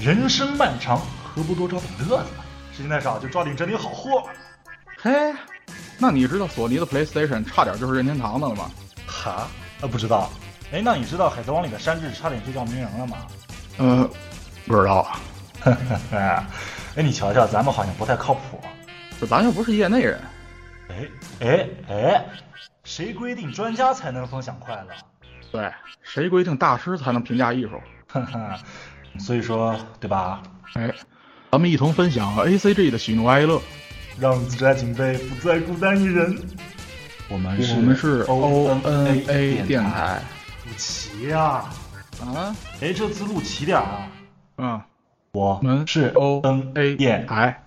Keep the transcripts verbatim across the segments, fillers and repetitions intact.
人生漫长，何不多找点乐子？时间太少，就抓紧整理好货。 嘿，那你知道索尼的 PlayStation 差点就是任天堂的了吗？ 哈？啊，不知道。哎，那你知道《海贼王》里的山治差点就叫鸣人了吗？ 呃，不知道。 哎，你瞧瞧，咱们好像不太靠谱。 这咱又不是业内人。 哎哎哎，谁规定专家才能分享快乐？ 对，谁规定大师才能评价艺术？ 哈哈，所以说，对吧？ 哎，咱们一同分享 A C G 的喜怒哀乐， 让自家警备不再孤单一人。我们是我们是 O N A 电台， 台。 陆奇呀！ 啊， 哎，这次陆奇点啊。 嗯， 我们是 O N A 电台。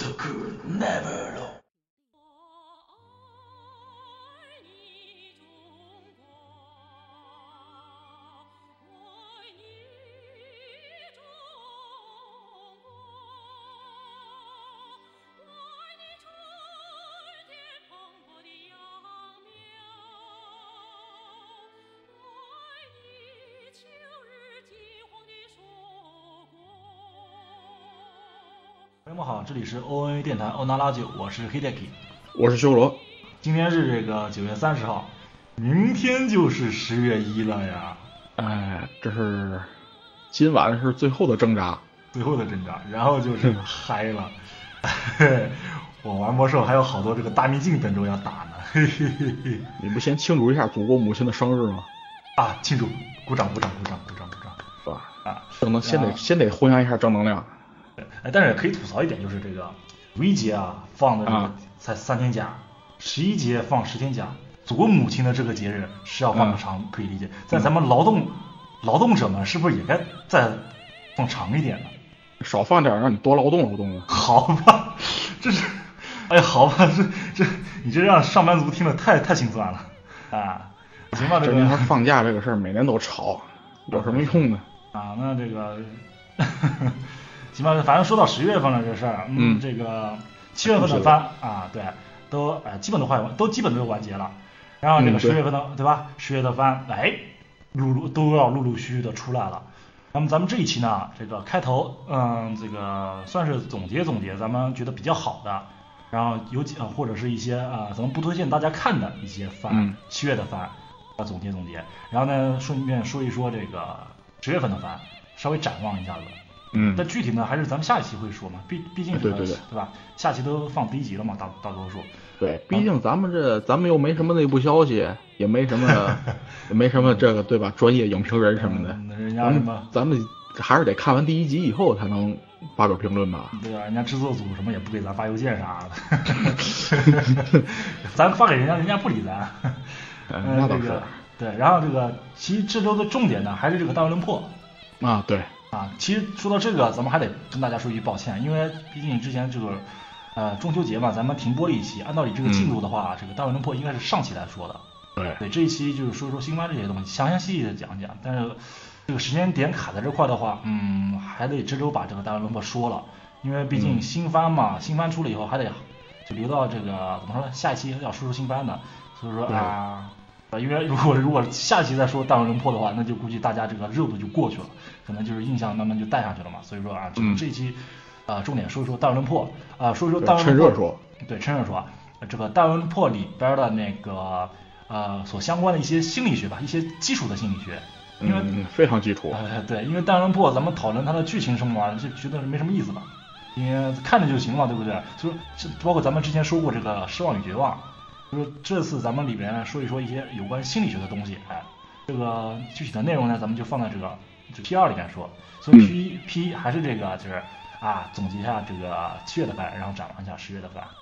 朋友们好，这里是 O N A 电台欧娜拉九，我是 Hideki， 我是修罗。 今天是这个九月三十号，明天就是十月一了呀。 哎，这是今晚是最后的挣扎， 最后的挣扎，然后就是嗨了。我玩魔兽还有好多这个大秘境等着要打呢。嘿嘿嘿嘿。 你不先庆祝一下祖国母亲的生日吗？ 啊，庆祝，鼓掌鼓掌鼓掌鼓掌鼓掌， 是吧？ 啊， 正能先得先得弘扬一下正能量。 哎，但是可以吐槽一点，就是这个五一节啊放的这个才三天假，十一节放十天假，祖国母亲的这个节日是要放的长，嗯、可以理解。但咱们劳动、嗯、劳动者们是不是也该再放长一点呢？ 少放点，让你多劳动劳动啊！ 好吧，这是，哎呀，好吧，这这你这让上班族听了太太心酸了啊！行吧，这个这年头放假这个事儿每年都吵，有什么用呢？ 啊，那这个。行吧，反正说到十月份了这事儿，嗯，这个七月份的番啊，对，都呃基本都快完，都基本都完结了。然后这个十月份的，嗯、对, 对吧？十月的番，哎，陆陆都要陆陆续续的出来了。那么咱们这一期呢，这个开头，嗯，这个算是总结总结，咱们觉得比较好的，然后有几、呃、或者是一些啊、呃，咱们不推荐大家看的一些番， 嗯、 七月的番，啊总结总结。然后呢，顺便说一说这个十月份的番，稍微展望一下子。 嗯， 但具体呢，还是咱们下一期会说嘛，毕毕竟、这个、 对对对， 对吧？下期都放第一集了嘛，大大多数。 对，毕竟咱们这、嗯、咱们又没什么内部消息，也没什么也没什么这个对吧？专业影评人什么的， 嗯、人家什么， 咱们还是得看完第一集以后才能发表评论吧？ 对啊，人家制作组什么也不给咱发邮件啥的，咱发给人家，人家不理咱。 嗯，那倒是。 这个、对，然后这个其实这周的重点呢，还是这个大乱论破。 啊，对。 啊，其实说到这个，咱们还得跟大家说一句抱歉，因为毕竟之前这个，呃，中秋节嘛，咱们停播了一期，按道理这个进度的话，嗯、这个大乱论破应该是上期来说的。 对对，这一期就是说一说新番这些东西，详详细细的讲讲。但是这个时间点卡在这块的话，嗯，还得这周把这个大乱论破说了，因为毕竟新番嘛，嗯、新番出了以后还得就留到这个怎么说呢？下一期要说说新番的，所以说啊。因为如果如果下期再说大乱论破的话，那就估计大家这个热度就过去了，可能就是印象慢慢就淡下去了嘛。所以说啊，这这一期啊、呃，重点说一说大乱论破啊、呃，说一说大乱论破。 趁热说。 对，趁热说，这个大乱论破里边的那个呃所相关的一些心理学吧，一些基础的心理学，因为、 嗯、非常基础。 呃，对，因为大乱论破咱们讨论它的剧情什么玩意儿，就觉得没什么意思吧，因为看着就行了，对不对？所以说，包括咱们之前说过这个失望与绝望。就是这次咱们里边说一说一些有关心理学的东西，哎，这个具体的内容呢，咱们就放在这个就 P 二里面说，所以 P、嗯、P 还是这个就是啊，总结一下这个七月的番，然后展望一下十月的番。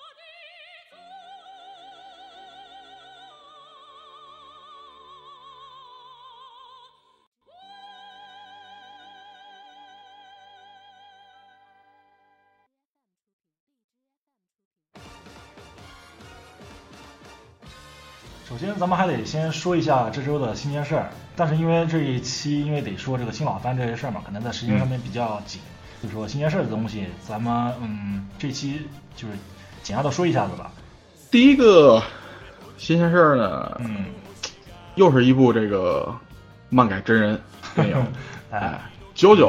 首先咱们还得先说一下这周的新鲜事儿，但是因为这一期因为得说这个新老番这些事儿嘛，可能在时间上面比较紧，嗯、所以说新鲜事儿的东西咱们嗯这期就是简要的说一下子吧。 第一个新鲜事儿呢， 嗯， 又是一部这个漫改真人电影，哎，九九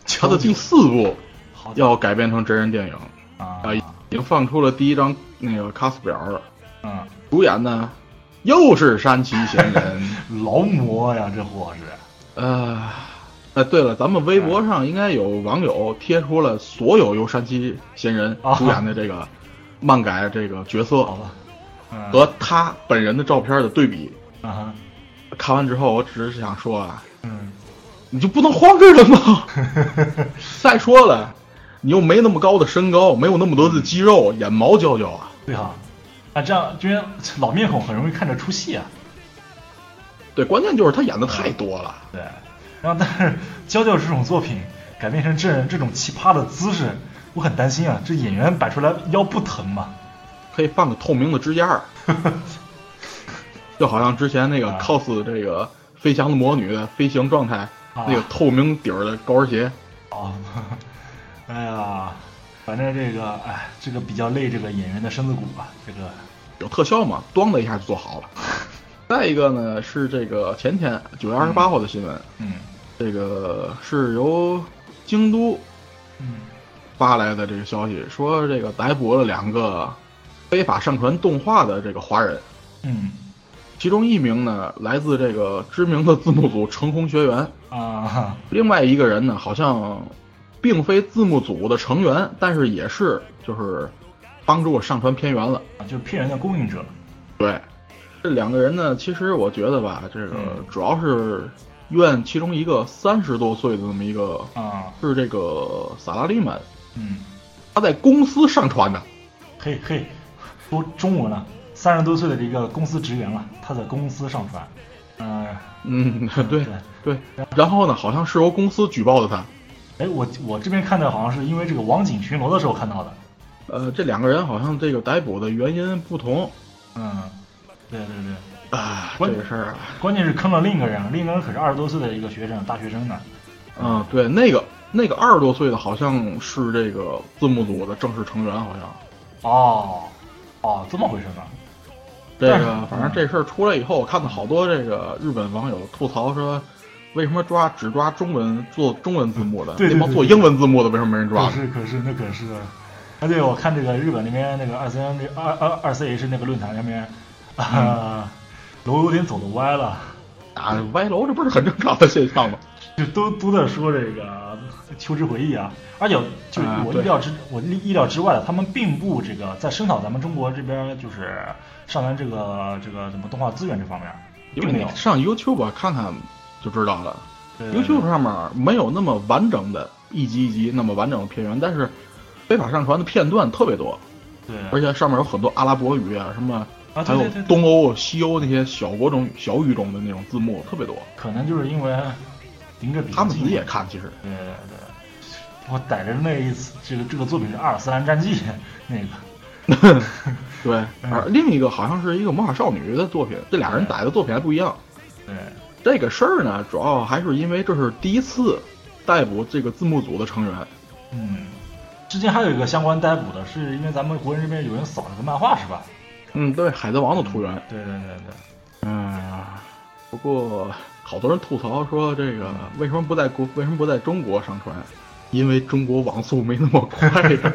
他的第四部要改编成真人电影啊、 呃，已经放出了第一张那个 cast 表了。 嗯， 主演呢又是山崎贤人， 劳模呀，这货是。 呃，哎，对了，咱们微博上应该有网友贴出了所有由山崎贤人主演的这个漫改这个角色和他本人的照片的对比。 啊， 看完之后，我只是想说啊， 嗯， 你就不能换个人吗？再说了，你又没那么高的身高，没有那么多的肌肉，眼毛焦焦啊。 对啊，啊，这样居然老面孔很容易看着出戏啊。 对，关键就是他演的太多了。 对，然后但是娇娇这种作品改编成真人这种奇葩的姿势，我很担心啊，这演员摆出来腰不疼吗？ 可以放个透明的支架，就好像之前那个 cos 这个飞翔的魔女的飞行状态， 啊、 那个透明底儿的高跟鞋。 哦，哎呀，反正这个哎，这个比较累这个演员的身子骨吧，这个有特效嘛，咣的一下就做好了。再一个呢是这个前天九月二十八号的新闻， 嗯， 这个是由京都嗯发来的这个消息，说这个逮捕了两个非法上传动画的这个华人， 嗯， 其中一名呢来自这个知名的字幕组成功学园啊， 另外一个人呢好像并非字幕组的成员，但是也是就是帮助我上传片源了， 就是骗人的供应者。 对。这两个人呢，其实我觉得吧，这个主要是怨其中一个三十多岁的这么一个啊， 是这个萨拉利曼， 嗯， 他在公司上传的， 嘿嘿，说中文了，三十多岁的这个公司职员了，他在公司上传，呃、 嗯，对对，然后呢，好像是由公司举报的他， 哎，我我这边看的好像是因为这个网警巡逻的时候看到的， 呃，这两个人好像这个逮捕的原因不同， 嗯。对对对， 啊，这个事儿啊， 关键是坑了另一个人，另一个人可是二十多岁的一个学生，大学生呢。 嗯，对，那个那个二十多岁的好像是这个字幕组的正式成员，好像。 哦，哦，这么回事呢。 这个反正这事儿出来以后，我看到好多这个日本网友吐槽说，为什么抓只抓中文做中文字幕的， 对对对对那帮做英文字幕的为什么没人抓？ 可是可是那可是，啊对，我看这个日本那边那个二 C N 二二二 C H 那个论坛上面。啊，楼有点走的歪了啊，歪楼这不是很正常的现象吗？ 就都都在说这个秋之回忆啊，而且就我意料之、啊、我意料之外的，他们并不这个在声讨咱们中国这边就是上传这个这个什么动画资源这方面， 因为你上 YouTube 看看就知道了。 对对对 YouTube 上面没有那么完整的一集一集那么完整的片源，但是非法上传的片段特别多， 对， 而且上面有很多阿拉伯语啊什么。 啊、 还有东欧、西欧那些小国种、小语种的那种字幕特别多， 可能就是因为盯着比他们自己也看，其实。 对对对，我逮着那一次，这个这个作品是《阿尔斯兰战记》那个。对，而另一个好像是一个魔法少女的作品，这俩人逮的作品还不一样。 对， 这个事儿呢，主要还是因为这是第一次逮捕这个字幕组的成员。 嗯，之前还有一个相关逮捕的，是因为咱们国人这边有人扫了个漫画，是吧？ 嗯，对，海贼王的图源。 对对对对。 嗯，不过好多人吐槽说，这个为什么不在国，为什么不在中国上传？因为中国网速没那么快。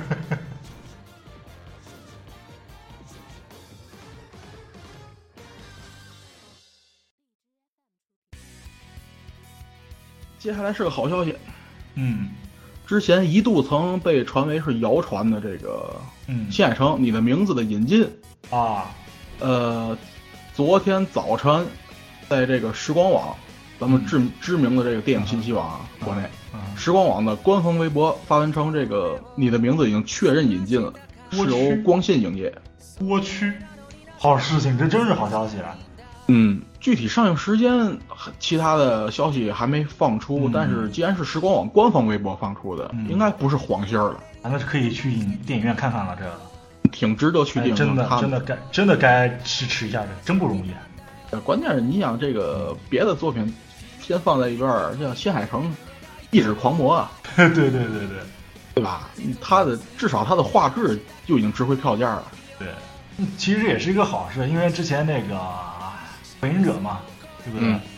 接下来是个好消息。 嗯。 之前一度曾被传为是谣传的这个， 嗯， 新海诚你的名字的引进啊， 呃，昨天早晨，在这个时光网，咱们知知名的这个电影信息网啊， 嗯、 国内， 嗯， 时光网的官方微博发文称，这个你的名字已经确认引进了，是由光信影业。 我去，好事情，这真是好消息啊！ 嗯，具体上映时间，其他的消息还没放出， 嗯、 但是既然是时光网官方微博放出的， 嗯、 应该不是谎信儿了。 咱们是可以去影电影院看看了，这个挺值得去电影院看的。 哎、真的，真的该，真的该支持一下，这真不容易。 呃，关键是你想这个别的作品，先放在一边儿，像新海诚，一指狂魔啊， 对对对对， 对吧？他的至少他的画质就已经值回票价了。 对，其实这也是一个好事，因为之前那个。火影者嘛，对不对？ 嗯、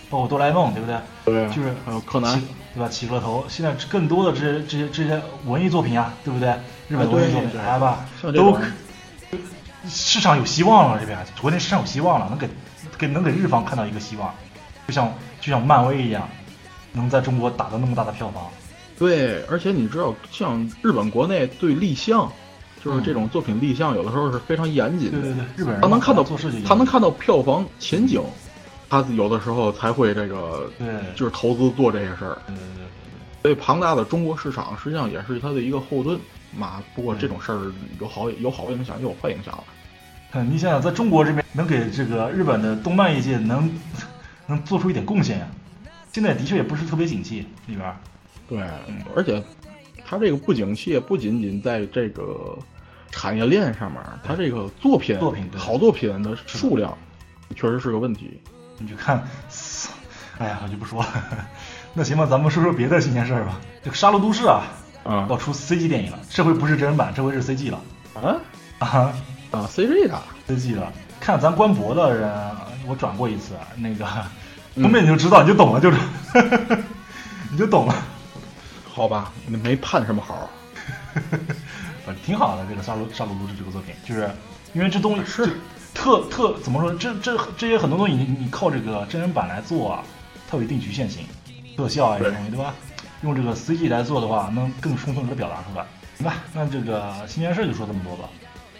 包括哆啦 A 梦，对不对？ 对， 就是还有柯南， 对吧？起个头，现在更多的这些这些这些文艺作品啊，对不对？日本文艺作品，来吧，都市场有希望了，这边昨天市场有希望了，能给给能给日方看到一个希望，就像就像漫威一样，能在中国打到那么大的票房。 对，而且你知道，像日本国内对立项，就是这种作品立项，有的时候是非常严谨的。 对对对，日本人他能看到做事情， 他能看到票房前景，他有的时候才会这个， 对， 就是投资做这些事儿。 对对对对。 所以庞大的中国市场实际上也是它的一个后盾嘛。不过这种事儿有好有好影响，也有坏影响了。 嗯，你想想，在中国这边能给这个日本的动漫业界能能做出一点贡献呀。现在的确也不是特别景气里边。 对，而且它这个不景气不仅仅在这个产业链上面，它这个作品作品好作品的数量确实是个问题。 你就看，哎呀，我就不说了。那行吧，咱们说说别的新鲜事儿吧。这个《杀戮都市》啊， 啊， 要出 C G 电影了，这回不是真人版，这回是 C G 了。 啊啊啊 ，C G 的 ，C G 的。看咱官博的人，我转过一次，那个封面你就知道，你就懂了，就是，你就懂了。 好吧，你没盼什么好。 挺好的，这个《杀戮杀戮都市》这个作品，就是因为这东西是特特怎么说？这这这些很多东西你你靠这个真人版来做啊，它有一定局限性，特效啊这些东西，对吧？用这个 C G 来做的话，能更充分的表达出来。行吧，那这个新鲜事就说这么多吧。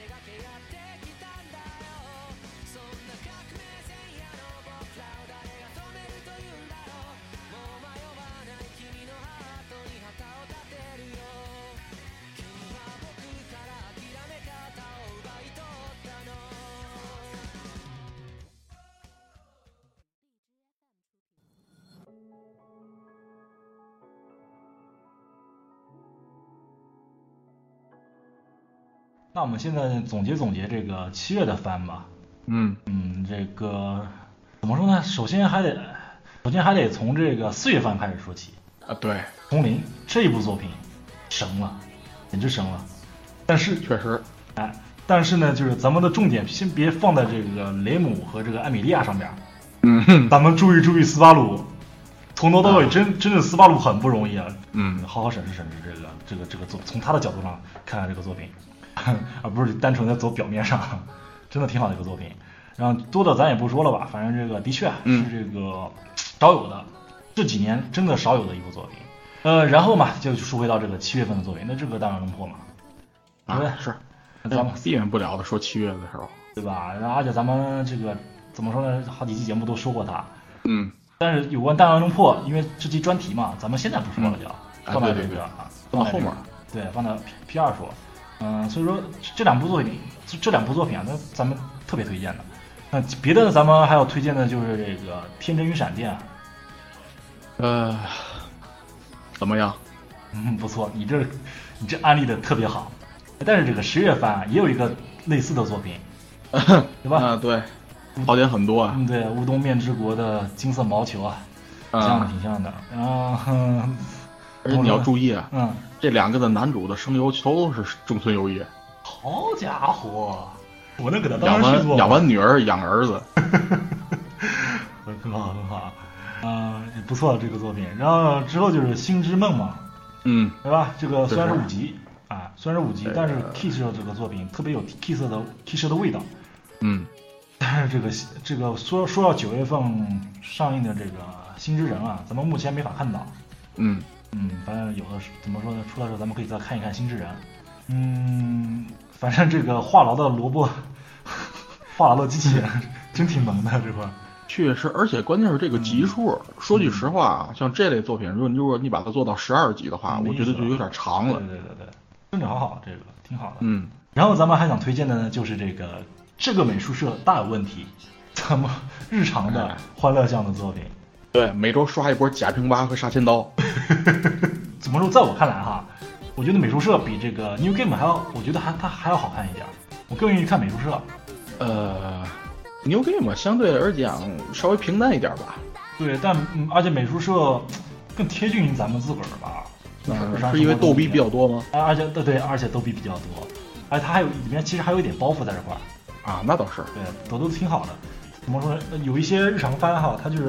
那我们现在总结总结这个七月的番吧。 嗯嗯，这个怎么说呢？首先还得，首先还得从这个四月番开始说起啊。对， 丛林这一部作品神了，简直神了。但是确实， 哎，但是呢，就是咱们的重点先别放在这个雷姆和这个艾米莉亚上边。 嗯， 咱们注意注意斯巴鲁，从头到尾真、啊、真的斯巴鲁很不容易啊。 嗯， 好好审视审视这个这个这个作，从他的角度上看看这个作品。而不是单纯的走表面上，真的挺好的一个作品。然后多的咱也不说了吧，反正这个的确是这个少有的，嗯、这几年真的少有的一部作品。呃，然后嘛，就说回到这个七月份的作品，那这个当然能破嘛，对不对？ 啊、是， 咱们避免不了的，说七月的时候， 对吧？然后而且咱们这个怎么说呢？好几期节目都说过它， 嗯。 但是有关《弹丸论破》，因为这期专题嘛，咱们现在不说了，就、 嗯、 放在这个、 啊、对对对啊， 放到后面， 对，放到 P 二说。嗯，所以说这两部作品，这这两部作品啊，那咱们特别推荐的。那别的咱们还要推荐的就是这个《天真与闪电》。 呃，怎么样？ 嗯，不错，你这你这安利的特别好。但是这个十月番、啊、也有一个类似的作品，对吧？ 啊，对，好点很多啊。 嗯，对，乌冬面之国的金色毛球啊，挺像的，挺像的。然后， 而且你要注意啊， 嗯。 这两个的男主的声优都是中村优一。 好家伙，我能给他当养续作完养完女儿养儿子， 很好很好，啊、呃，不错这个作品。然后之后就是《星之梦》嘛， 嗯， 对吧？这个虽然是五集啊，虽然是五集，但是呃 Kiss 这个作品特别有 Kiss 的 Kiss 的味道。 嗯， 但是这个这个说说要九月份上映的这个《星之人》啊，咱们目前没法看到。 嗯。 嗯，反正有的是怎么说呢？出来的时候咱们可以再看一看《星之人》。嗯，反正这个话痨的萝卜，话痨的机器人真挺萌的这块。 确实，而且关键是这个集数。嗯、说句实话啊，嗯、像这类作品，如果如果你把它做到十二集的话，我觉得就有点长了。 对对对对，真的好好，这个挺好的。 嗯。 然后咱们还想推荐的呢，就是这个这个美术社大有问题，咱们日常的欢乐向的作品。 对，每周刷一波假平八和杀千刀。 怎么说？在我看来哈，我觉得美术社比这个 New Game 还要，我觉得还它还要好看一点。我更愿意看美术社。 呃 ，New Game 相对而讲稍微平淡一点吧。 对，但嗯，而且美术社更贴近于咱们自个儿吧。 嗯，是因为逗逼比较多吗？ 啊，而且对对，而且逗逼比较多，而且它还有里面其实还有一点包袱在这块儿。 啊，那倒是。 对，都都挺好的。怎么说呢？有一些日常番哈，它就是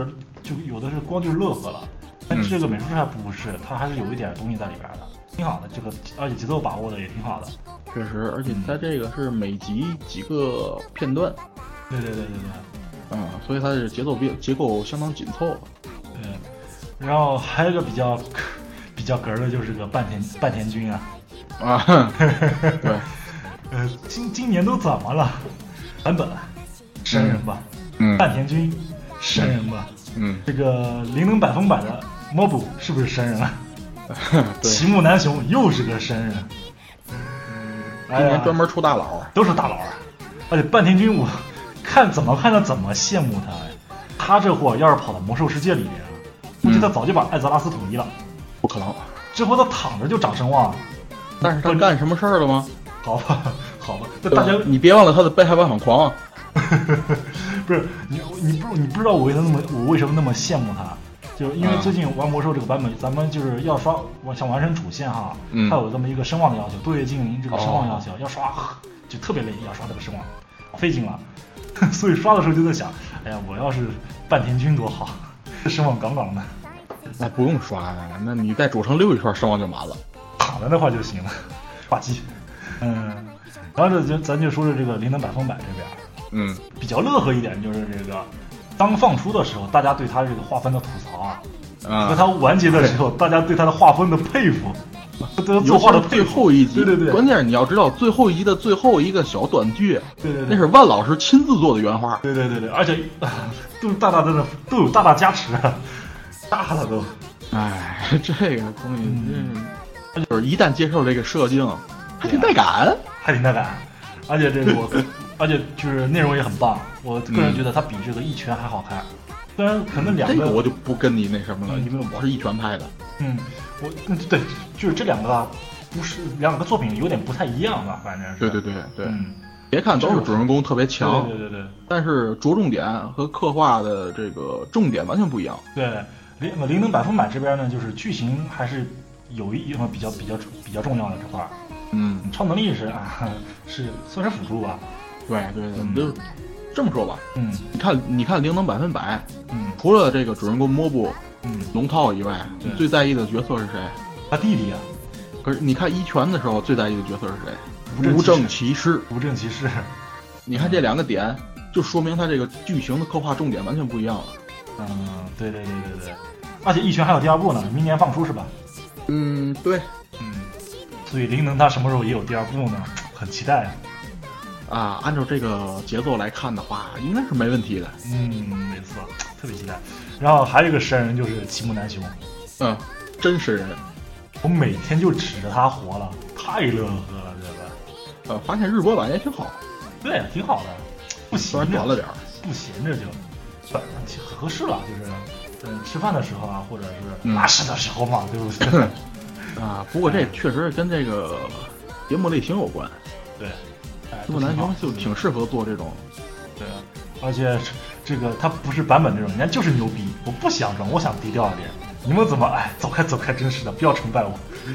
就有的是光就是乐呵了。但这个美术师还不是，它还是有一点东西在里边的，挺好的。这个而且节奏把握的也挺好的。 确实，而且它这个是每集几个片段。 对对对对对。 嗯，所以它的节奏比结构相当紧凑。 对，然后还有一个比较比较哏儿的就是个半田半田君啊。 啊，对。 呃，今今年都怎么了？版本神人吧， 嗯， 半田君神人吧， 嗯， 这个灵能百分百的莫布是不是神人啊？ 对， 齐木楠雄又是个神人， 今年专门出大佬， 都是大佬啊！而且半田君我看怎么看着怎么羡慕他呀，他这货要是跑到魔兽世界里面，估计他早就把艾泽拉斯统一了。 不可能， 这货他躺着就长声望， 但是他干什么事儿了吗？ 好吧，好吧，那大家你别忘了他的被害万反狂。 不是你，你不你不知道我为什么那么我为什么那么羡慕他，就是因为最近玩魔兽这个版本，咱们就是要刷，我想完成主线哈， 嗯， 它有这么一个声望的要求，对月经营这个声望要求，哦、要刷就特别累，要刷这个声望，费劲了，所以刷的时候就在想，哎呀，我要是半田君多好，声望杠杠的。 那不用刷呀，那你在主城溜一圈，声望就满了， 躺在那块就行了，挂机。嗯，然后这就咱就说说这个灵能百分百这边。 嗯， 比较乐呵一点就是这个，当放出的时候，大家对他这个划分的吐槽啊， 啊， 和他完结的时候，大家对他的划分的佩服，对他作画的最后一集， 对对对， 关键是你要知道最后一集的最后一个小短剧， 对对对， 那是万老师亲自做的原画， 对对对对，而且、啊、都是大大的都有大大加持，大了都， 哎，这个东西，嗯，就是一旦接受这个设定，还挺带感， 还挺带感，而且这个我。而且就是内容也很棒，我个人觉得它比这个一拳还好看。虽然可能两个， 这个我就不跟你那什么了，嗯、因为我是一拳拍的。 嗯，我嗯对，就是这两个不是两个作品有点不太一样吧，反正是。 对对对对。 嗯， 别看都是主人公特别强， 对对对对， 但是着重点和刻画的这个重点完全不一样。 对，灵灵能百分百这边呢，就是剧情还是有一比较比较比较重要的这块儿。 嗯， 超能力是啊，是算是辅助吧。 对对对，你就这么说吧。 嗯， 你看，你看灵能百分百， 嗯， 除了这个主人公摸布， 嗯， 龙套以外，你最在意的角色是谁？ 他弟弟啊。 可是你看一拳的时候，最在意的角色是谁？ 无证骑士。 无证骑士。 你看这两个点，就说明他这个剧情的刻画重点完全不一样了。 嗯，对对对对对。而且一拳还有第二部呢，明年放出是吧？ 嗯，对。 嗯，所以灵能他什么时候也有第二部呢？很期待啊。 啊，按照这个节奏来看的话，应该是没问题的。 嗯，没错，特别期待。然后还有一个神人就是齐木楠雄， 嗯，真神人， 我每天就指着他活了，太乐呵了，这个。 呃，发现日播版也挺好。 对，挺好的，不闲着， 短了点不闲着就，反正合适了，就是，嗯，吃饭的时候啊，或者是拉屎的时候嘛，对不对？ 啊，不过这确实跟这个节目类型有关。 对。 齐木楠雄就挺适合做这种， 对，而且这个他不是版本那种，人家就是牛逼，我不想装，我想低调一点。你们怎么哎，走开走开，真是的，不要崇拜我。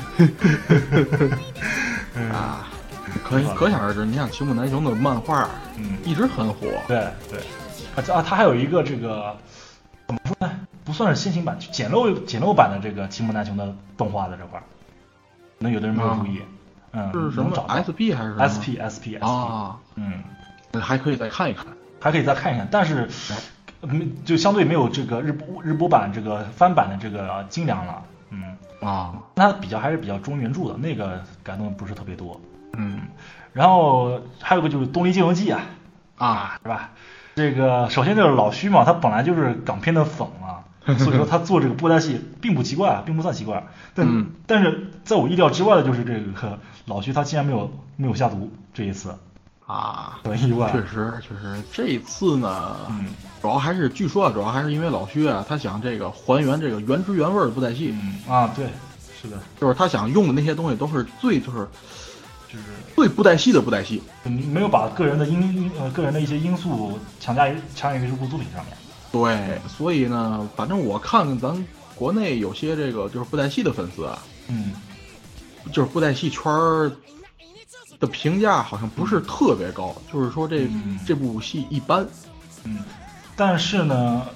啊，可可想而知，你想齐木楠雄的漫画， 嗯， 一直很火。 对对，啊，他还有一个这个怎么说呢？不算是先行版，简陋简陋版的这个齐木楠雄的动画的这块，可能有的人没有注意。嗯， 是什么 S P 还是 S P S P 啊？ 嗯， 还可以再看一看， 还可以再看一看，但是就相对没有这个日播日播版这个翻版的这个精良了。嗯啊， 它比较还是比较忠原著的，那个改动不是特别多。 嗯， 然后还有个就是《东离剑游记》啊， 啊， 是吧？这个首先就是老徐嘛，他本来就是港片的粉嘛。所以说他做这个布袋戏并不奇怪啊，并不算奇怪，但、 嗯、 但是在我意料之外的就是这个老徐他竟然没有没有下毒这一次啊， 很意外。 确实确实这一次呢， 嗯， 主要还是据说啊，主要还是因为老徐啊，他想这个还原这个原汁原味的布袋戏、 嗯、啊，对，是的， 就是他想用的那些东西都是最就是就是最布袋戏的布袋戏， 没有把个人的因呃个人的一些因素强加于强加于这部作品上面。 对，所以呢，反正我看看咱国内有些这个就是布袋戏的粉丝啊， 嗯， 就是布袋戏圈的评价好像不是特别高，嗯、就是说这、嗯、这部戏一般。 嗯，但是呢，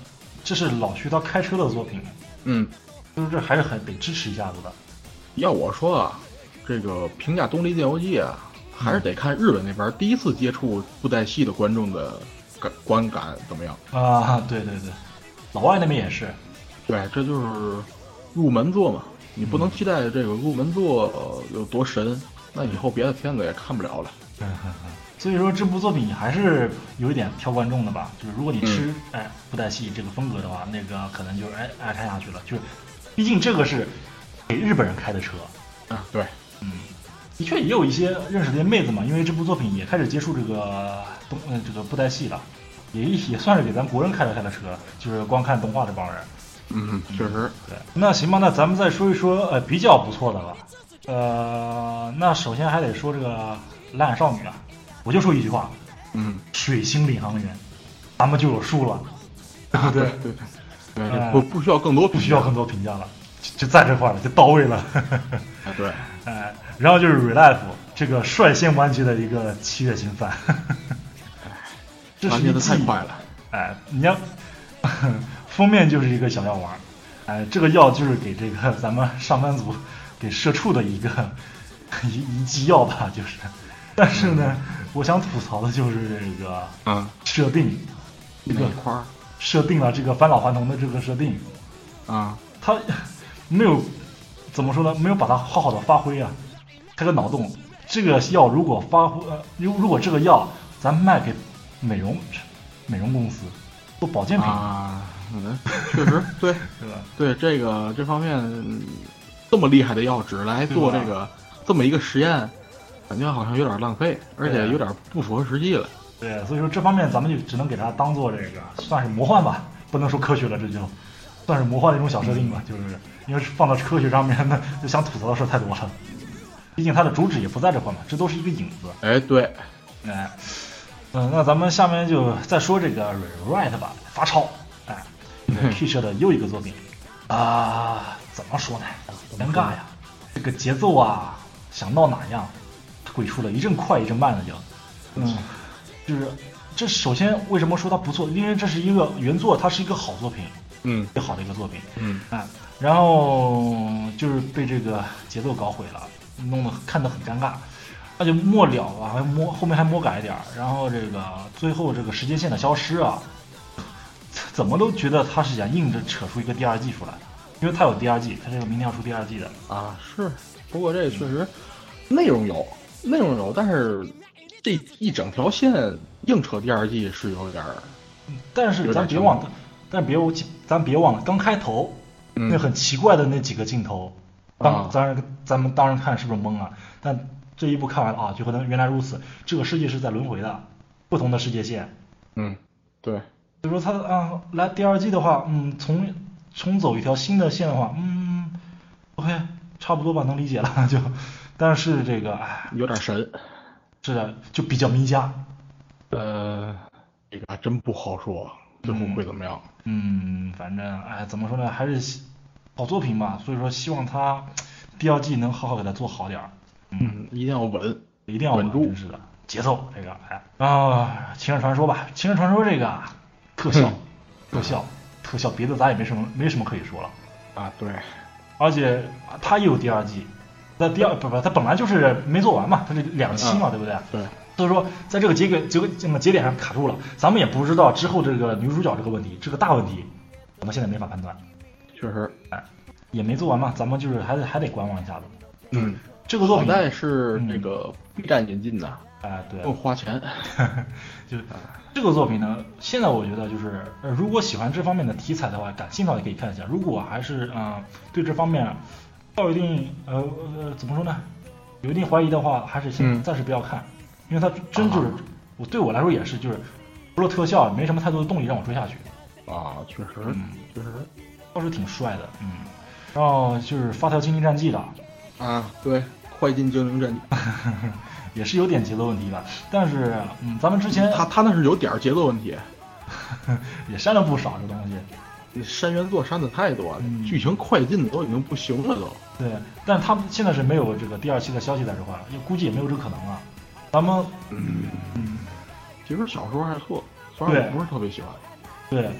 这是老徐他开车的作品， 嗯， 就是这还是很得支持一下子的。 要我说啊，这个评价《东离剑游记》啊，还是得看日本那边第一次接触布袋戏的观众的感观感怎么样啊？对对对，老外那边也是。 对，这就是入门作嘛，你不能期待这个入门作、呃、有多神，那以后别的片子也看不了了。 嗯哼哼。所以说这部作品还是有一点挑观众的吧，就是如果你吃、嗯、哎布袋戏这个风格的话，那个可能就哎爱看下去了，就是毕竟这个是给日本人开的车啊。对， 嗯，的确也有一些认识这些妹子嘛，因为这部作品也开始接触这个东呃这个布袋戏了，也也算是给咱国人开了开的车，就是光看动画这帮人。 嗯，确实。 对，那行吧，那咱们再说一说呃比较不错的了。呃，那首先还得说这个蓝眼少女啊，我就说一句话， 嗯， 水星领航员，咱们就有数了，对不对？ 对对对，不不需要更多， 不需要更多评价了，就就在这块了，就到位了。 啊，对， 哎，然后就是 Relife 这个率先完结的一个七月新番，这是一季太快了。 哎，你要封面就是一个小药丸，哎，这个药就是给这个咱们上班族给社畜的一个一一剂药吧，就是。但是呢，我想吐槽的就是这个嗯设定， 这个块设定了这个返老还童的这个设定啊， 他没有怎么说呢，没有把它好好的发挥啊，开个脑洞。这个药如果发挥呃，如如果这个药咱卖给美容美容公司做保健品啊，嗯，确实对对吧？ 对这个这方面这么厉害的药只来做这个这么一个实验。感觉好像有点浪费，而且有点不符合实际了。 对，所以说这方面咱们就只能给它当做这个算是魔幻吧，不能说科学了，这就算是魔幻的一种小设定吧。就是因为放到科学上面，那就想吐槽的事太多了。毕竟它的主旨也不在这块嘛，这都是一个影子。 哎，对， 哎，嗯，那咱们下面就再说这个 Rewrite 吧，发钞，哎 ，K 社的又一个作品啊，怎么说呢？尴尬呀，这个节奏啊，想到哪样？鬼出了一阵快一阵慢的就，嗯，就是这首先为什么说它不错？因为这是一个原作，它是一个好作品， 嗯， 最好的一个作品， 嗯啊，然后就是被这个节奏搞毁了，弄得看得很尴尬，那就末了啊，还摸后面还魔改一点，然后这个最后这个时间线的消失啊，怎么都觉得他是想硬着扯出一个第二季出来，因为他有第二季，他这个明天要出第二季的啊，是，不过这个确实内容有。内容有，但是这一整条线硬扯第二季是有点儿。 但是咱别忘，但别咱别忘了，刚开头、嗯、那很奇怪的那几个镜头，当咱、啊、咱们当然看是不是懵啊？但这一部看完了啊，就可能原来如此，这个世界是在轮回的，不同的世界线。 嗯，对。 所以说他啊来第二季的话，嗯，重重走一条新的线的话，嗯 ，OK， 差不多吧，能理解了就。但是这个哎， 有点神， 是的，就比较迷家。 呃，这个还真不好说，最后会怎么样？ 嗯，反正哎，怎么说呢，还是好作品吧。所以说，希望他第二季能好好给他做好点儿。 嗯，嗯一定要稳， 一定要稳住， 真是的节奏这个哎。然后《情人传说》吧，《情人传说》这个特效，特效，特效，别的咱也没什么没什么可以说了啊。对， 而且他也有第二季。那第二不不，他本来就是没做完嘛，他是两期嘛， 嗯、 对不对？ 对。 所以说，在这个节点这个这个节点上卡住了，咱们也不知道之后这个女主角这个问题，这个大问题，我们现在没法判断。 确实， 哎，也没做完嘛，咱们就是还得还得观望一下子。 嗯， 这个作品好在是这个 B 站引进的， 哎、嗯，对， 不花钱。 就这个作品呢，现在我觉得就是，呃，如果喜欢这方面的题材的话，感兴趣的可以看一下。如果还是啊、呃、对这方面。有一定呃呃怎么说呢，有一定怀疑的话，还是先暂时不要看，嗯、因为它真就是、啊、我对我来说也是，就是除了特效，没什么太多的动力让我追下去。 啊，确实， 嗯， 确实倒是挺帅的，嗯。然后就是发条精灵战记的， 啊，对，快进精灵战记， 也是有点节奏问题吧，但是嗯，咱们之前他他那是有点节奏问题， 也删了不少这东西。 删原作删的太多了，嗯、剧情快进的都已经不行了都。 对，但是他们现在是没有这个第二期的消息在这块了，也估计也没有这个可能了。咱们， 嗯嗯，其实小说还错，虽然我不是特别喜欢。 对，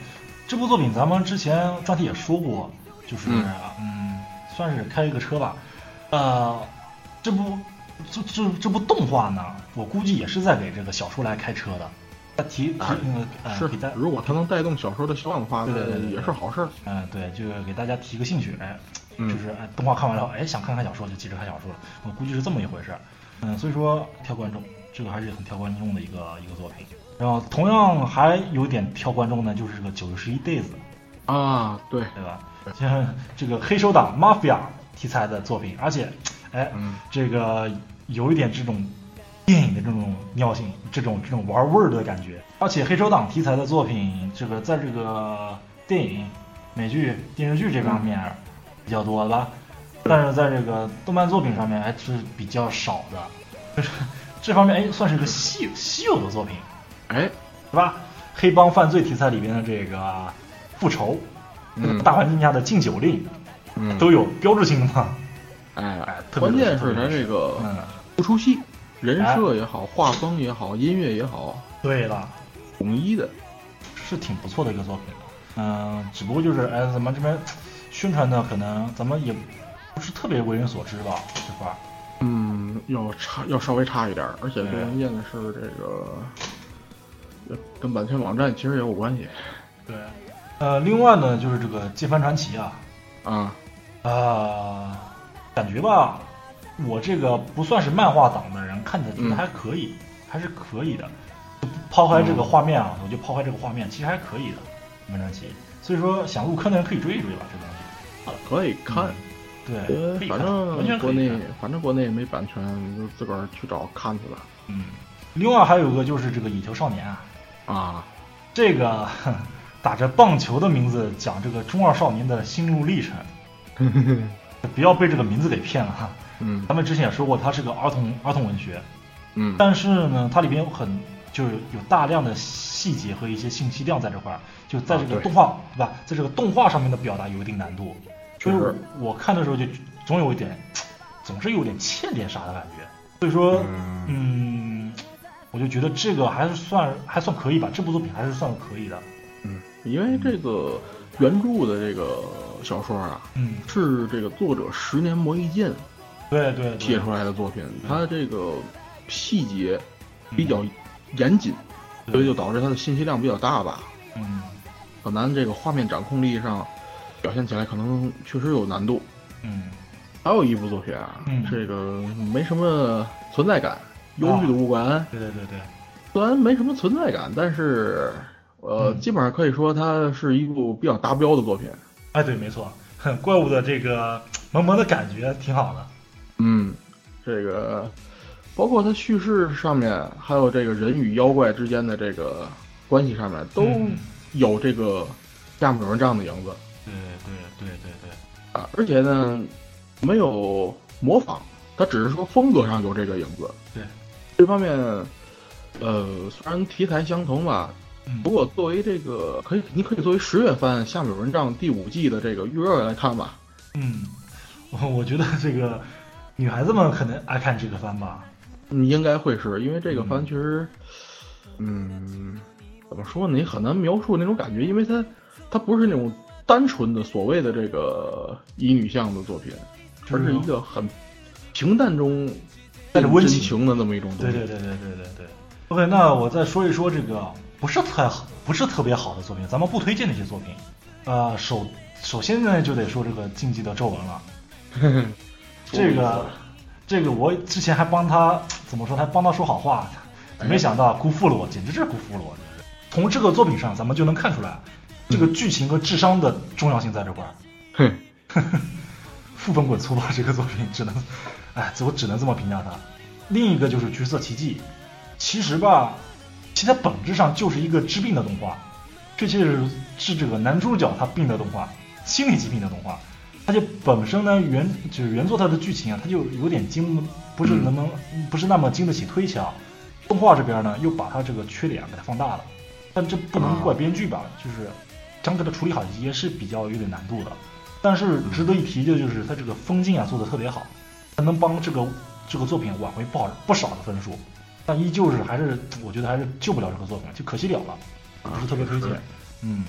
这部作品咱们之前专题也说过，就是嗯, 嗯算是开一个车吧。呃，这部这这这部动画呢，我估计也是在给这个小说来开车的。他提提嗯、呃、是给大，如果他能带动小说的销量的话， 对对对对也是好事。 嗯、呃，对，就是给大家提个兴趣，哎，就是哎动画看完了，哎想看看小说就急着看小说了，我估计是这么一回事。嗯，所以说挑观众，这个还是很挑观众的一个一个作品。然后同样还有点挑观众呢，就是这个九十一 days 啊，对对吧？像这个黑手党 mafia 题材的作品，而且哎、嗯，这个有一点这种电影的这种尿性，这种这种玩味儿的感觉。而且黑手党题材的作品，这个在这个电影、美剧、电视剧这方面比较多，对吧？但是在这个动漫作品上面还是比较少的，就是这方面哎算是一个稀稀有的作品， 哎， 是吧？黑帮犯罪题材里边的这个复仇，嗯，大环境下的禁酒令，嗯，都有标志性的嘛。 哎哎，关键是它这个嗯不出戏，人设也好，画风也好，音乐也好， 对了， 统一的， 是挺不错的一个作品。嗯，只不过就是哎，咱们这边宣传的可能咱们也不是特别为人所知吧，这块。 嗯，要差要稍微差一点，而且最关键的是这个跟版权网站其实也有关系。 对，呃，另外呢就是这个剑帆传奇啊， 啊， 呃，感觉吧，我这个不算是漫画党的人，看起来觉得还可以，嗯、还是可以的。抛开这个画面啊，嗯、我就抛开这个画面，其实还可以的剑帆传奇。所以说想入坑的人可以追一追吧，这东西。 啊，可以看。嗯对， 反正国内反正国内没版权，就自个儿去找看去了。 嗯，另外还有一个就是这个野球少年啊， 啊， 这个打着棒球的名字讲这个中二少年的心路历程，不要被这个名字给骗了哈。 嗯， 咱们之前也说过，它是个儿童儿童文学， 嗯， 但是呢，它里边有很就是有大量的细节和一些信息量在这块儿，就在这个动画、啊、对吧，在这个动画上面的表达有一定难度。就是我看的时候就总有一点，总是有点欠点啥的感觉，所以说，嗯，嗯我就觉得这个还是算还算可以吧，这部作品还是算可以的。 嗯，因为这个原著的这个小说啊， 嗯， 是这个作者十年磨一剑， 对对写出来的作品，它这个细节比较严谨， 嗯、 所以就导致它的信息量比较大吧。 嗯， 很难这个画面掌控力上。表现起来可能确实有难度， 嗯， 还有一部作品啊， 嗯， 这个没什么存在感，忧郁的物管、 啊，对对对对， 虽然没什么存在感，但是呃、嗯，基本上可以说它是一部比较达标的作品。 哎，对，没错，怪物的这个萌萌的感觉挺好的。 嗯，这个包括它叙事上面，还有这个人与妖怪之间的这个关系上面，都有这个夏目友人帐的影子。 对对对对对啊！而且呢，没有模仿，他只是说风格上有这个影子。 对， 这方面，呃，虽然题材相同吧， 嗯、 不过作为这个可以，你可以作为十月番《夏目友人帐》第五季的这个预热来看吧。 嗯，我我觉得这个女孩子们可能爱看这个番吧。 嗯，应该会是因为这个番确实，嗯，嗯怎么说呢？你很难描述那种感觉，因为它它不是那种。单纯的所谓的这个乙女向的作品，而是一个很平淡中带着温情的那么一种东西。 对对对对对对对。OK， 那我再说一说这个不是太好、不是特别好的作品，咱们不推荐那些作品。呃，首首先呢就得说这个禁忌的皱纹了。这个这个我之前还帮他怎么说，还帮他说好话，没想到辜负了我，简直是辜负了我。从这个作品上，咱们就能看出来。这个剧情和智商的重要性在这块儿， 哼， 负分滚粗吧，这个作品只能，哎，我只能这么评价它。另一个就是橘色奇迹，其实吧，其实它本质上就是一个治病的动画，确切是是这个男主角他病的动画，心理疾病的动画。它就本身呢原就是原作它的剧情啊，它就有点经不是那么、嗯、不是那么经得起推敲，动画这边呢又把它这个缺点给它放大了，但这不能怪编剧吧，就是将这个处理好也是比较有点难度的。但是值得一提的就是它这个分镜啊做得特别好，它能帮这个这个作品挽回不好不少的分数，但依旧是还是我觉得还是救不了这个作品，就可惜了了，不是特别推荐。嗯，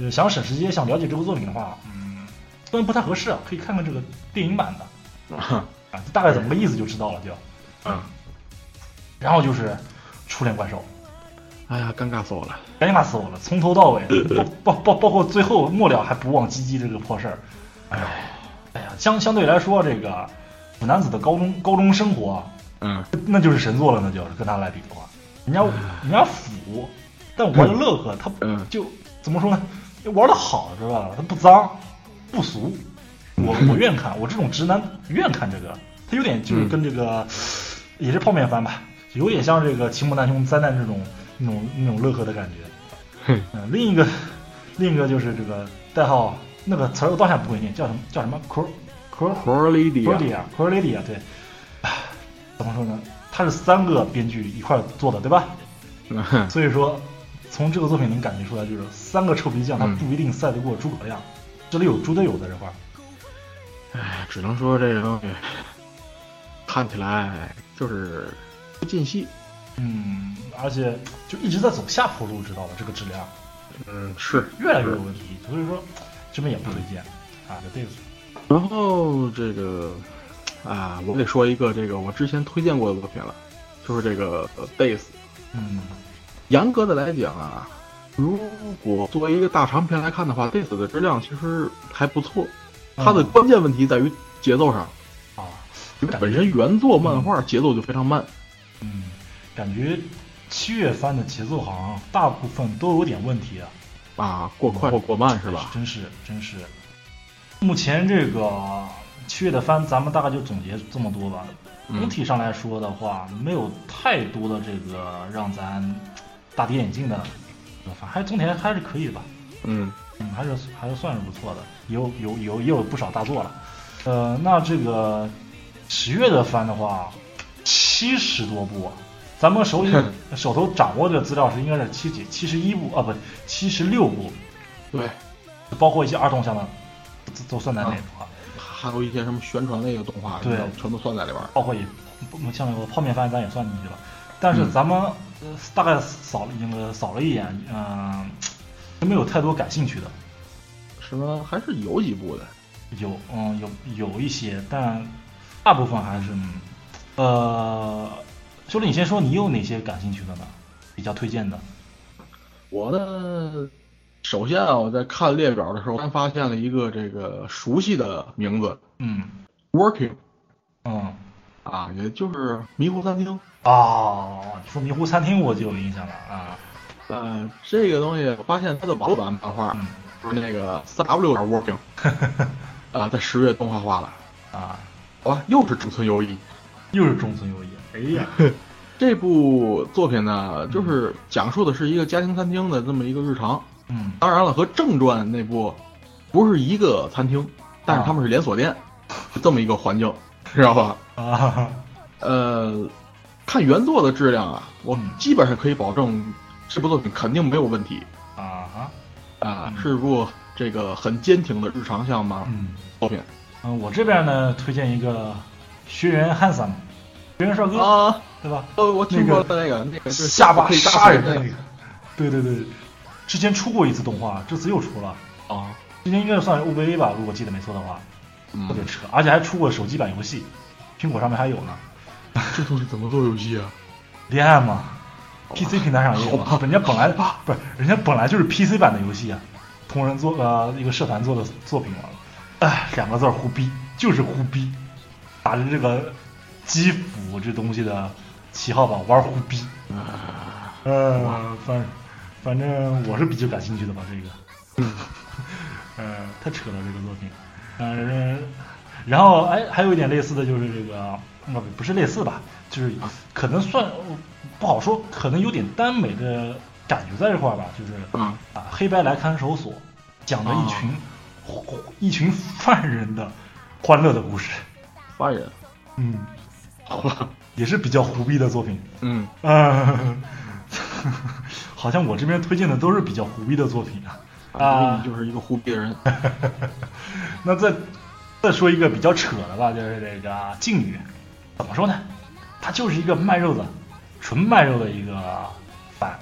呃，想省时间想了解这部作品的话，嗯，虽然不太合适啊，可以看看这个电影版的啊，大概怎么个意思就知道了就。 嗯。 然后就是初恋怪兽， 哎呀，尴尬死我了， 尴尬死我了，从头到尾，包包包包括最后末了还不忘鸡鸡这个破事儿，哎呀，哎呀，相相对来说，这个腐男子的高中高中生活， 嗯， 那就是神作了，那就是跟他来比的话，人家人家腐，但玩的乐呵，他就怎么说呢？玩的好是吧？他不脏不俗，我我愿看，我这种直男愿看这个，他有点就是跟这个、嗯、也是泡面番吧。有点像这个奇木南雄灾难这种那种那种乐呵的感觉。嗯，另一个另一个就是这个代号那个词儿我到现在不会念，叫什么叫什么 Cor Cor Corlidia Corlidia 对，怎么说呢？他是三个编剧一块做的，对吧？所以说从这个作品能感觉出来，就是三个臭皮匠他不一定赛得过诸葛亮，嗯、这里有猪队友在这块儿。 哎，只能说这个东西看起来就是不进戏， 嗯，而且就一直在走下坡路，知道吧？这个质量， 嗯，是越来越有问题，所以说这边也不推荐、嗯、啊，就这个。 然后这个啊，我得说一个这个我之前推荐过的作品了，就是这个 Days。 嗯， 严格的来讲啊，如果作为一个大长篇来看的话 ，Days 的质量其实还不错。它的关键问题在于节奏上啊， 因为本身原作漫画节奏就非常慢。 嗯，感觉七月番的节奏好像大部分都有点问题啊， 啊，过快或过慢是吧？ 真是真是。目前这个七月的番，咱们大概就总结这么多吧。总体上来说的话，嗯、没有太多的这个让咱大跌眼镜的番，还总体还是可以的吧。 嗯嗯，还是还是算是不错的，有有有也有不少大作了。呃，那这个十月的番的话，七十多部，咱们手里手头掌握的资料是应该是七几七十一部啊，不七十六部， 对， 包括一些儿童向的都算在内的话、 啊，还有一些什么宣传类的动画， 对， 全都算在里边， 包括也像那个泡面番咱也算进去了，但是咱们、嗯呃、大概扫了那个扫了一眼，嗯、呃，没有太多感兴趣的。 什么还是有几部的， 有嗯有有一些，但大部分还是呃，修理你先说你有哪些感兴趣的呢？比较推荐的。 我呢，首先啊，我在看列表的时候，刚发现了一个这个熟悉的名字， 嗯 ，Working， 嗯， 啊，也就是迷糊餐厅。 哦，你说迷糊餐厅我就有印象了啊。 呃，这个东西我发现它的网络版漫画。嗯，就是那个 三 W 点 working， 啊，在十月动画化了啊， 好吧，又是中村优一， 又是中村优一，哎呀， 这部作品呢，就是讲述的是一个家庭餐厅的这么一个日常， 嗯， 当然了，和正传那部不是一个餐厅，但是他们是连锁店，啊、这么一个环境，知道吧？ 啊， 呃，看原作的质量啊，我基本上可以保证这部作品肯定没有问题啊哈。 啊，是部这个很坚挺的日常向嘛作品。 嗯，我这边呢推荐一个学员汉桑，学员帅哥啊， 对吧？ 哦，我听过那个那个就是下巴杀人的那个，对对对，之前出过一次动画，这次又出了啊。 之前应该算是 O V A 吧，如果记得没错的话，特别扯，而且还出过手机版游戏，苹果上面还有呢。 这东西怎么做游戏啊？ 恋爱嘛。P C 平台上也有，人家本来不是，人家本来就是 P C 版的游戏啊，同人做呃一个社团做的作品嘛，哎，两个字胡逼，就是胡逼，打着这个基辅这东西的旗号吧，玩胡逼，呃，反反正我是比较感兴趣的吧，这个，呃，太扯了这个作品，嗯、呃，然后哎，还有一点类似的就是这个，不不是类似吧，就是可能算。不好说，可能有点耽美的感觉在这块吧，就是嗯啊，黑白来看守所讲的一群、啊、一群犯人的欢乐的故事。 犯人， 嗯，好吧，也是比较胡逼的作品。 嗯啊，好像我这边推荐的都是比较胡逼的作品啊。 啊，你就是一个胡逼的人。 那再再说一个比较扯的吧，就是这个靖宇，怎么说呢？他就是一个卖肉的。纯卖肉的一个番，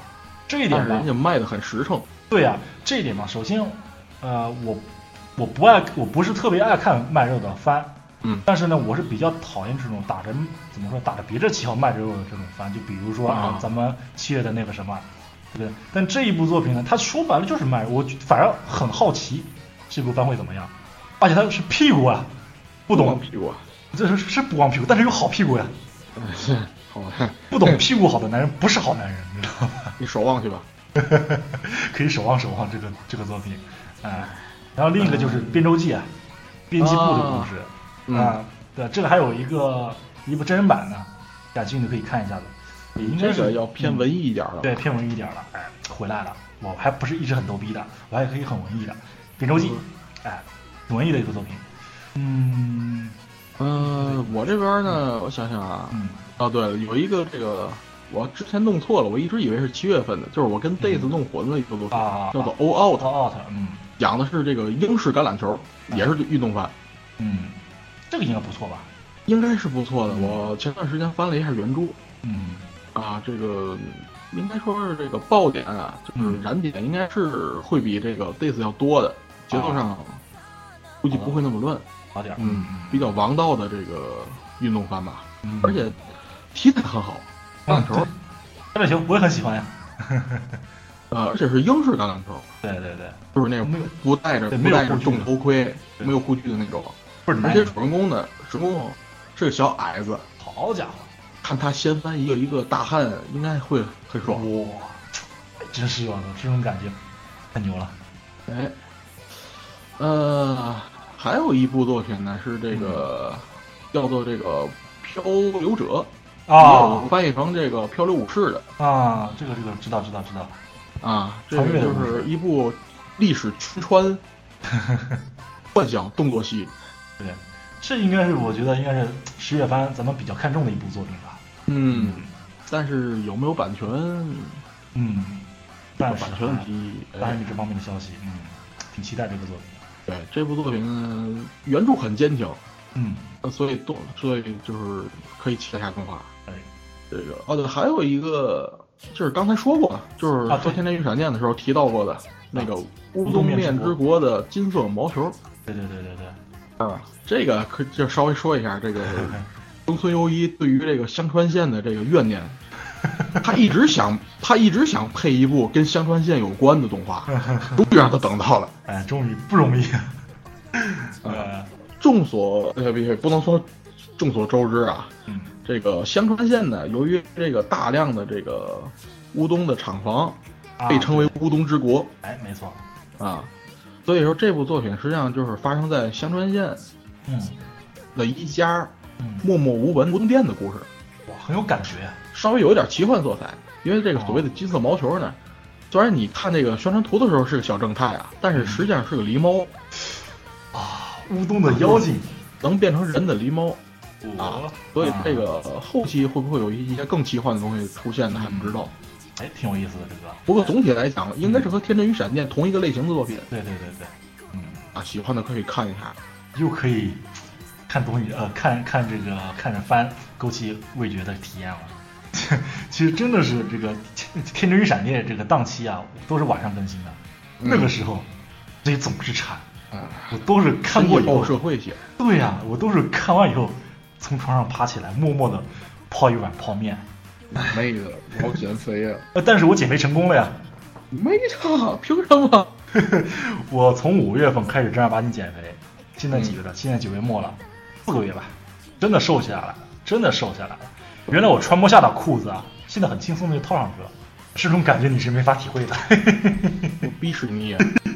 这一点吧， 人家卖的很实诚。 对呀、啊，这一点嘛，首先，呃，我我不爱，我不是特别爱看卖肉的番， 嗯， 但是呢，我是比较讨厌这种打着怎么说打着别的旗号卖着肉的这种番，就比如说啊，咱们七月的那个什么，对不对？但这一部作品呢，它说白了就是卖肉，我反而很好奇这部番会怎么样，而且它是屁股啊，不懂屁股， 这是是不光屁股，但是有好屁股呀。 是好看， 不懂屁股好的男人不是好男人，你知道吗？ 你守望去吧， 可以守望守望这个这个作品，啊、呃，然后另一个就是编舟记啊，编辑部的故事，啊、 嗯呃，对，这个还有一个一部真人版呢，感兴趣的可以看一下子，也应该是、 这个、要偏文艺一点了、 嗯，对，偏文艺一点了，哎，回来了，我还不是一直很逗逼的，我还可以很文艺的，编舟记，哎，文艺的一个作品，嗯。 嗯，我这边呢，我想想啊， 嗯， 哦对了，有一个这个我之前弄错了，我一直以为是七月份的，就是我跟 Days 弄混了一个作品， 啊， 叫做 All Out All Out， 嗯， 讲的是这个英式橄榄球，也是运动番， 嗯，这个应该不错吧？ 应该是不错的，我前段时间翻了一下原著， 嗯， 啊，这个应该说是这个爆点啊，就是燃点应该是会比这个 Days 要多的，节奏上估计不会那么乱。 好点， 嗯，比较王道的这个运动番吧， 嗯、 而且题材很好，橄榄球， 橄榄球我也很喜欢呀， 呃，而且是英式橄榄球， 对对对， 就是那种不戴着不戴着重头盔，没有护具的那种，而且主人公呢，主人公是个小矮子， 好家伙， 看他掀翻一个一个大汉，应该会很爽， 哇，真是啊，这种感觉太牛了， 哎，呃。还有一部作品呢，是这个、嗯、叫做这个漂流者啊， 翻译成这个漂流武士的啊，这个这个知道知道知道啊，这个就是一部历史群穿幻想动作戏， 对，这应该是我觉得应该是十月番咱们比较看重的一部作品吧。 嗯，但是有没有版权？ 嗯，版权问题， 当然有这方面的消息，嗯，挺期待这个作品。 对这部作品呢，原著很坚强， 嗯， 所以动，所以就是可以期待一下动画。 哎， 这个哦对，还有一个就是刚才说过的，就是说《天天与闪电》的时候提到过的、啊、那个乌冬面之国的金色毛球。 对对对对对，啊，这个可就稍微说一下，这个中村优一对于这个香川县的这个怨念。他一直想，他一直想配一部跟香川县有关的动画，终于让他等到了。 哎，终于不容易。 呃，众所呃不不能说众所周知啊， 嗯， 这个香川县呢，由于这个大量的这个乌冬的厂房，被称为乌冬之国。 哎，没错。 啊，所以说这部作品实际上就是发生在香川县， 嗯， 的一家默默无闻乌冬店的故事。 哇，很有感觉。 稍微有一点奇幻色彩，因为这个所谓的金色毛球呢，虽然你看这个宣传图的时候是个小正太啊，但是实际上是个狸猫啊，乌冬的妖精能变成人的狸猫啊， 所以这个后期会不会有一些更奇幻的东西出现呢？还不知道。 哎，挺有意思的这个。 不过总体来讲，应该是和《天真与闪电》同一个类型的作品。 对对对对，嗯啊，喜欢的可以看一下， 又可以看东西，呃，看看这个看着番，勾起味觉的体验了。其实真的是这个《天真与闪电》这个档期啊，都是晚上更新的。嗯、那个时候，这总是馋， 嗯、 我都是看过以后社会些。 对呀、啊，我都是看完以后从床上爬起来，默默的泡一碗泡面。 那个我要减肥啊！ 呃，但是我减肥成功了呀。 没他，凭什么？ 我从五月份开始正儿八经减肥，现在几月了？嗯、现在九月末了，四个月吧，真的瘦下来了，真的瘦下来了。原来我穿不下的裤子啊，现在很轻松的就套上去了，这种感觉你是没法体会的。 我逼死你！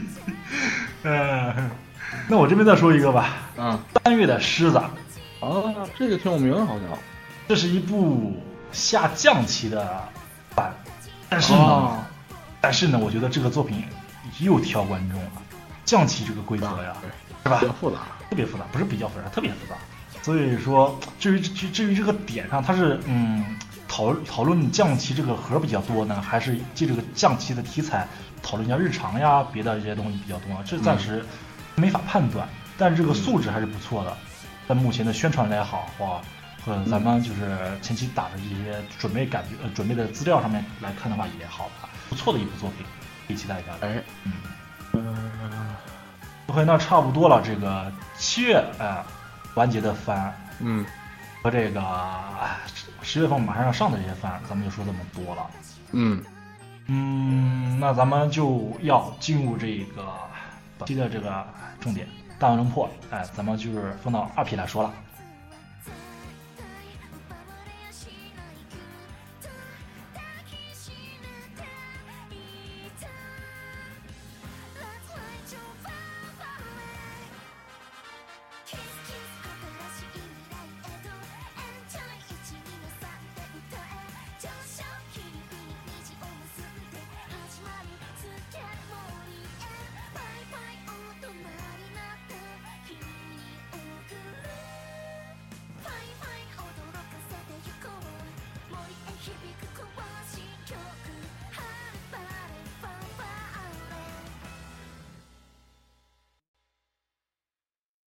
嗯，那我这边再说一个吧。 嗯， 三月的狮子。 啊，这个挺有名，好像。 这是一部下降期的版，但是呢，哦、但是呢，我觉得这个作品又挑观众了。降期这个规则呀，是吧？ 比较复杂， 特别复杂，不是比较复杂，特别复杂。所以说，至于至至于这个点上，它是嗯讨讨论降旗这个核比较多呢，还是借这个降旗的题材讨论一下日常呀，别的这些东西比较多，这暂时没法判断。嗯、但是这个素质还是不错的，在目前的宣传来好，哇， 或者咱们就是前期打的这些准备感觉、呃、准备的资料上面来看的话也好吧，不错的一部作品，可以期待一下。 哎， 嗯嗯，OK，那差不多了。这个七月哎、呃、完结的番， 嗯， 和这个十月份马上要上的这些番，咱们就说这么多了。 嗯嗯，那咱们就要进入这个本期的这个重点大乱龙破，哎，咱们就是分到二批来说了。